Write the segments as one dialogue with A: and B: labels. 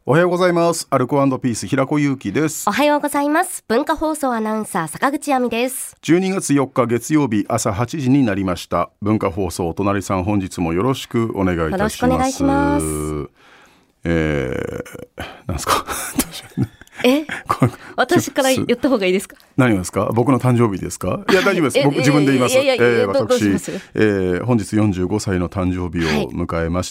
A: おはようございます。アルコ&ピース平子祐希です。
B: おはようございます。文化放送アナウンサー坂口亜美です。
A: 12月4日月曜日朝8時になりました。文化放送お隣さん、本日もよろしくお願いいたします。
B: よろしくお願いします。
A: なんですか
B: 私から言った方がいいですか？
A: 何ですか？僕の誕生日ですか？いや大丈夫です。僕自分で言います。私、本日45歳の誕生日を迎えまして、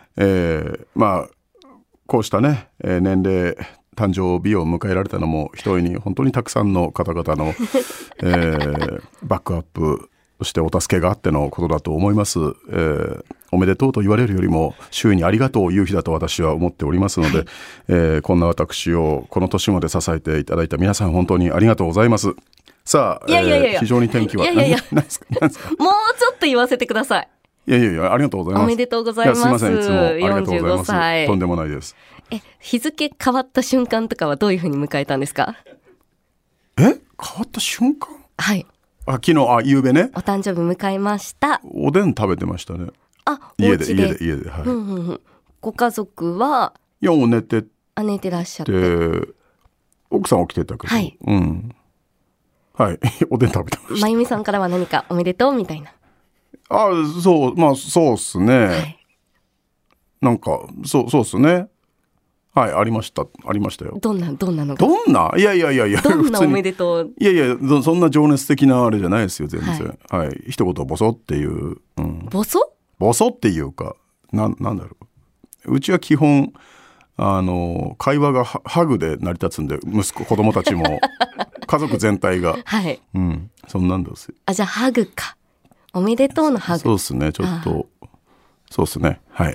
A: こうしたね、年齢誕生日を迎えられたのも一重に本当にたくさんの方々の、バックアップそしてお助けがあってのことだと思います。おめでとうと言われるよりも周囲にありがとうを言う日だと私は思っておりますので、こんな私をこの年まで支えていただいた皆さん本当にありがとうございます。さあ、非常に天気は何ですか？もうち
B: ょっと言わせてください。
A: いやありがとうございます。
B: おめでとうございます。
A: すいません、いつもありがとうございます。
B: 45歳。
A: とんでもないです。
B: 日付変わった瞬間とかはどういうふうに迎えたんですか？
A: 変わった瞬間？
B: はい。
A: 昨日、夕べね。
B: お誕生日迎えました。
A: おでん食べてましたね。家で、はい。
B: ご家族は？
A: いや、もう寝て
B: らっしゃって。
A: 奥さん起きてたけど。はい。はい。おでん食べてました。
B: まゆみさんからは何かおめでとうみたいな。
A: そうっすね。はい、なんか、そうっすね。はい、ありましたよ。
B: どんなの？
A: いや。
B: どんなおめでとう？
A: いや、そんな情熱的なあれじゃないですよ、全然。はい。一言ボソっていう。
B: ボソ
A: っていうか、なんだろう。うちは基本、会話がハグで成り立つんで、子供たちも、家族全体が。
B: はい。
A: そんなんですよ。
B: じゃあハグか。おめでとうのハグ。
A: そうですね、ちょっと。そうですね。はい。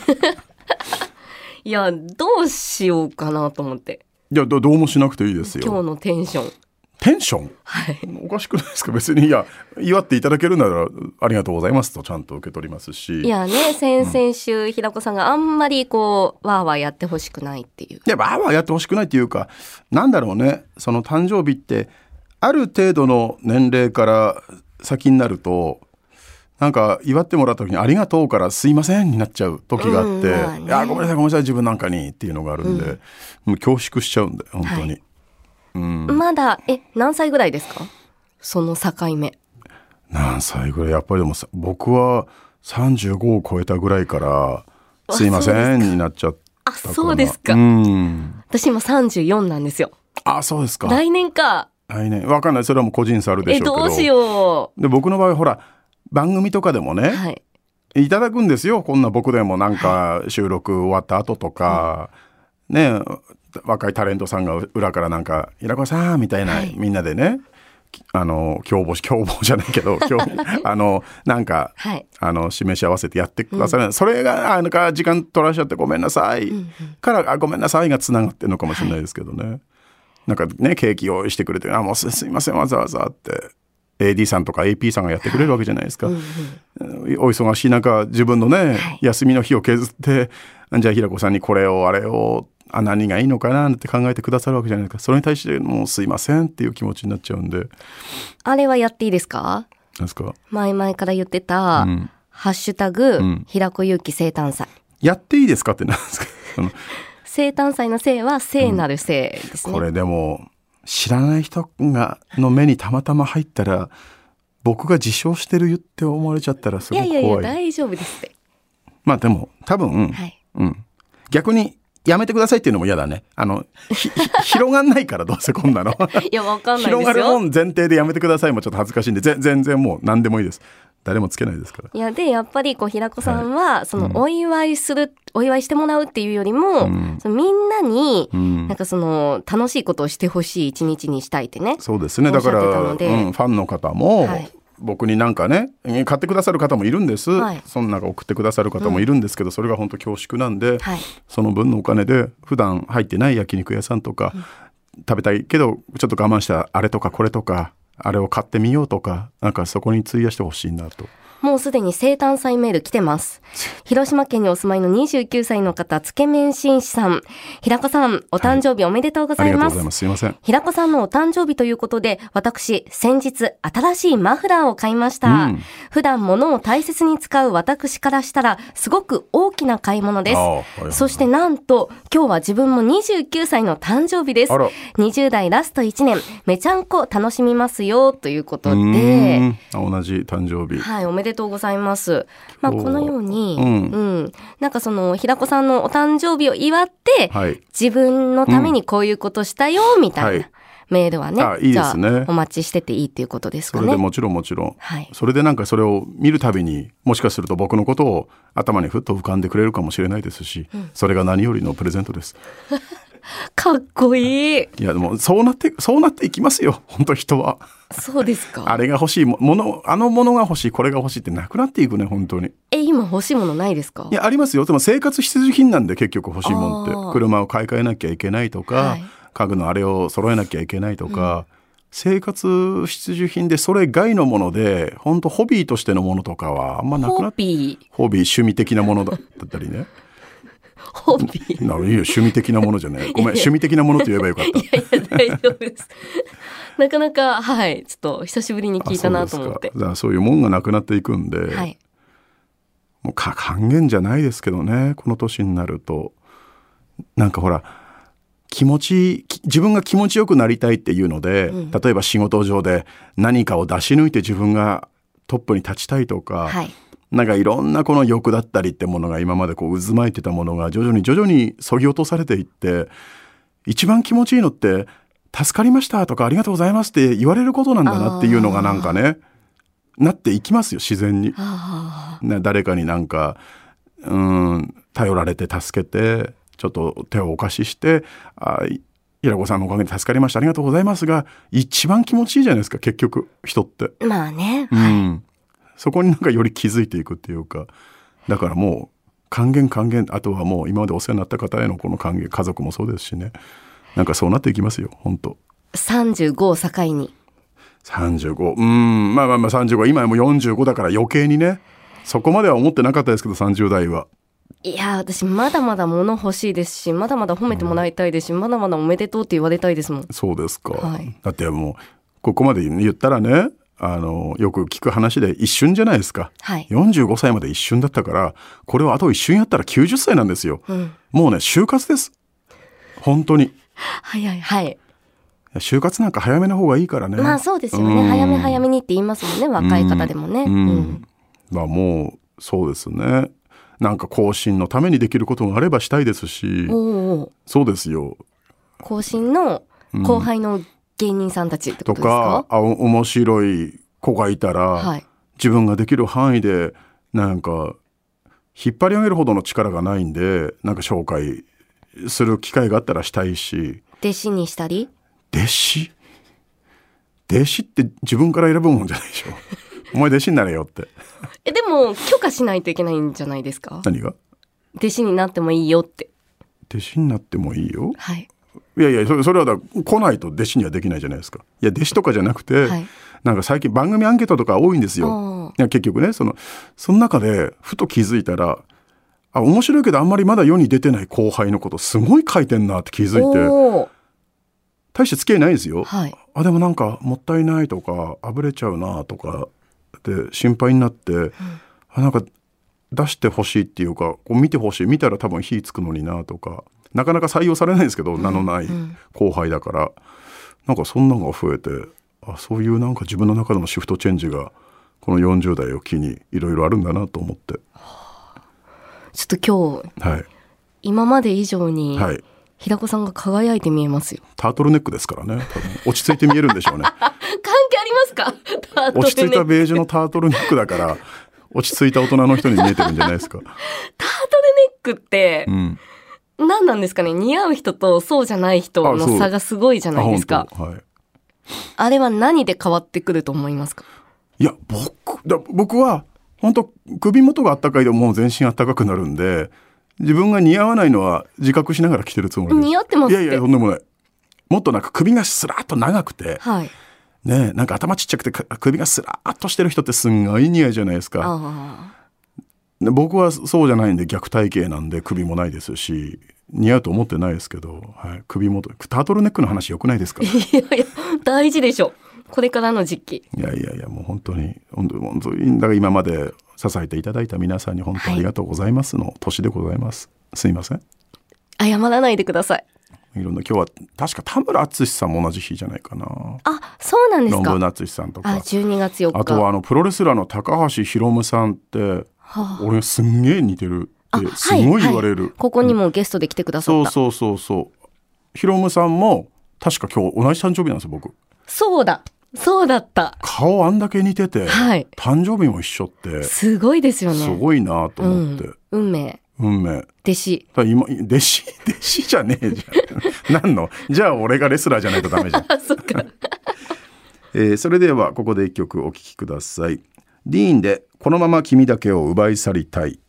B: いや、どうしようかなと思って。
A: いや、どうもしなくていいですよ。
B: 今日のテンション。
A: はい。おかしくないですか？別に、祝っていただけるならありがとうございますとちゃんと受け取りますし。
B: いやね、先々週、平子さんがあんまりわーわーやってほしくないっていう。
A: いや、わーわーやってほしくないっていうか、なんだろうね、その誕生日ってある程度の年齢から先になると、なんか祝ってもらった時にありがとうからすいませんになっちゃう時があって、いや、ごめんなさい自分なんかにっていうのがあるんで、もう恐縮しちゃうんで本当に。
B: まだ何歳ぐらいですか？その境目。
A: 何歳ぐらい？やっぱりでも僕は35を超えたぐらいからすいませんになっちゃったかな。
B: そうですか。私今34なんですよ。
A: そうですか。
B: 来年か。
A: わかんない。それはもう個人差あるでしょうけど。
B: どうしよ
A: う。で、僕の場合ほら番組とかでもね、いただくんですよ。こんな僕でもなんか収録終わった後とか、ね、若いタレントさんが裏からなんか平子さんみたいな、みんなでね、共謀じゃないけどなんか、示し合わせてやってくださる、それが時間取らしちゃってごめんなさい、からごめんなさいがつながってるのかもしれないですけどね、なんかねケーキ用意してくれてもうすいませんわざわざって AD さんとか AP さんがやってくれるわけじゃないですか、お忙しい中自分のね、休みの日を削ってじゃあ平子さんにこれをあれを何がいいのかなって考えてくださるわけじゃないですか。それに対してもうすいませんっていう気持ちになっちゃうんで。
B: あれはやっていいですか？
A: 何ですか？
B: 前々から言ってた、ハッシュタグ、平子祐希生誕祭。
A: やっていいですかって何ですか？
B: 生誕祭の聖は聖なる聖ですね。
A: これでも知らない人の目にたまたま入ったら僕が自称してるって思われちゃったらすごく怖い。
B: いや大丈夫ですって。
A: でも多分、逆にやめてくださいっていうのも嫌だね。広がんないからどうせこんなの。
B: いやわかんないですよ。
A: 広がるもん前提でやめてくださいもちょっと恥ずかしいんで全然もう何でもいいです。誰もつけないですから。
B: いやでやっぱり平子さんは、そのお祝いしてもらうっていうよりも、そのみんなになんかその楽しいことをしてほしい一日にしたいってね。
A: そうですね。だからファンの方も、僕になんかね買ってくださる方もいるんです、そんな送ってくださる方もいるんですけど、それが本当恐縮なんで、その分のお金で普段入ってない焼肉屋さんとか、食べたいけどちょっと我慢したあれとかこれとかあれを買ってみようとか、なんかそこに費やしてほしいなと。
B: もうすでに生誕祭メール来てます。広島県にお住まいの29歳の方、つけ麺紳士さん。平子さん、お誕生日おめでとうございます。
A: ありがとうございます。すいません。
B: 平子さんのお誕生日ということで、私、先日、新しいマフラーを買いました。普段物を大切に使う私からしたら、すごく大きな買い物です。そしてなんと、今日は自分も29歳の誕生日です。20代ラスト1年、めちゃんこ楽しみますよ、ということで。
A: 同じ誕生日。
B: はい、おめでとうございます。このように、なんかその平子さんのお誕生日を祝って、自分のためにこういうことしたよみたいなメールはね、
A: いいですね。
B: じゃあお待ちしてていいっていうことですかね。
A: それでもちろん、それでなんかそれを見るたびにもしかすると僕のことを頭にふっと浮かんでくれるかもしれないですし、それが何よりのプレゼントです。
B: かっこいい。
A: いやでもそうなっていきますよ、本当人は。
B: そうですか。
A: あれが欲しいもの、あのものが欲しい、これが欲しいってなくなっていくね、本当に。
B: 今欲しいものないですか？
A: いや、ありますよ。でも生活必需品なんで、結局欲しいもんって。車を買い替えなきゃいけないとか、家具のあれを揃えなきゃいけないとか、生活必需品でそれ外のもので、本当ホビーとしてのものとかはあんまなくなって。ホビー趣味的なものだったりね。
B: ホビー。
A: いいよ、趣味的なものじゃない。ごめん、趣味的なものって言えばよかった。
B: いや大丈夫です。なかなか、ちょっと久しぶりに聞いたなと思って。
A: そういうもんがなくなっていくんで、もう還元じゃないですけどね、この年になると。なんかほら、自分が気持ちよくなりたいっていうので、例えば仕事上で何かを出し抜いて自分がトップに立ちたいとか、なんかいろんなこの欲だったりってものが今までこう渦巻いてたものが徐々に削ぎ落とされていって、一番気持ちいいのって助かりましたとかありがとうございますって言われることなんだなっていうのがなんかね、なっていきますよ、自然に。誰かになんか頼られて助けてちょっと手をお貸しして、平子さんのおかげで助かりましたありがとうございますが一番気持ちいいじゃないですか、結局人って。
B: まあね、
A: そこになんかより気づいていくっていうか、だからもう還元、あとはもう今までお世話になった方へのこの還元、家族もそうですしね、なんかそうなっていきますよ、本当。
B: 35を境に。
A: 35、まあ35、今はもう45だから余計にね、そこまでは思ってなかったですけど、30代は。
B: いや、私まだまだ物欲しいですし、まだまだ褒めてもらいたいですし、まだまだおめでとうって言われたいですもん。
A: そうですか、だってもうここまで言ったらね、よく聞く話で一瞬じゃないですか、45歳まで一瞬だったから、これをあと一瞬やったら90歳なんですよ、もうね就活です、本当に。就活なんか早めの方がいいからね。
B: まあそうですよね、早めにって言いますもんね、若い方でもね。
A: もうそうですね、なんか後進のためにできることがあればしたいですし。そうですよ、
B: 後進の後輩の芸人さんたちってことですか？
A: とか、面白い子がいたら、自分ができる範囲でなんか引っ張り上げるほどの力がないんで、なんか紹介する機会があったらしたいし。
B: 弟子にしたり。
A: 弟子って自分から選ぶもんじゃないでしょお前弟子になれよって
B: でも許可しないといけないんじゃないですか？
A: 何が？
B: 弟子になってもいいよって。
A: 弟子になってもいいよ、いやそれは来ないと弟子にはできないじゃないですか。いや弟子とかじゃなくて、なんか最近番組アンケートとか多いんですよ。いや結局ね、その中でふと気づいたら、面白いけどあんまりまだ世に出てない後輩のことすごい書いてんなって気づいて、大して付き合いないですよ、でもなんかもったいないとかあぶれちゃうなとかで心配になって、なんか出してほしいっていうか、こう見てほしい、見たら多分火つくのになとか、なかなか採用されないんですけど、名のない後輩だから、なんかそんなのが増えて、そういうなんか自分の中でのシフトチェンジがこの40代を機にいろいろあるんだなと思って、
B: ちょっと今日、今まで以上に、平子さんが輝いて見えますよ。
A: タートルネックですからね、多分落ち着いて見えるんでしょうね
B: 関係ありますか？タートルネック
A: 落ち着いたベージュのタートルネックだから落ち着いた大人の人に見えてるんじゃないですか。
B: タートルネックって、何なんですかね、似合う人とそうじゃない人の差がすごいじゃないですか。あれは何で変わってくると思いますか？
A: いや僕は本当首元があったかいでもう全身あったかくなるんで、自分が似合わないのは自覚しながら着てるつもりです。
B: 似合ってますって。
A: いやとんでもない。もっとなんか首がスラッと長くて、 ね、なんか頭ちっちゃくて首がスラーっとしてる人ってすんごい似合いじゃないですか。で僕はそうじゃないんで逆体型なんで首もないですし似合うと思ってないですけど、はい、首元タートルネックの話よくないですか？
B: いやいや大事でしょ、これからの時期。
A: いやもう本当にだから今まで支えていただいた皆さんに本当にありがとうございますの年でございます。すいません、
B: 謝らないでください。
A: いろんな今日は確か田村淳さんも同じ日じゃないかな。
B: あ、そうなんですか。
A: ロンブーナ淳さんとか、
B: 12月4日。
A: あとはプロレスラーの高橋宏夢さんって、俺すんげえ似てるってすごい言われる、
B: ここにもゲストで来てくださった、
A: そう宏夢さんも確か今日同じ誕生日なんですよ僕。そうだった。顔あんだけ似てて、誕生日も一緒って
B: すごいですよね。
A: すごいなと思って、
B: 運命弟子
A: 弟子じゃねえじゃん何のじゃあ俺がレスラーじゃないとダメじゃん
B: そっか
A: それではここで一曲お聴きください。ディーンでこのまま君だけを奪い去りたい。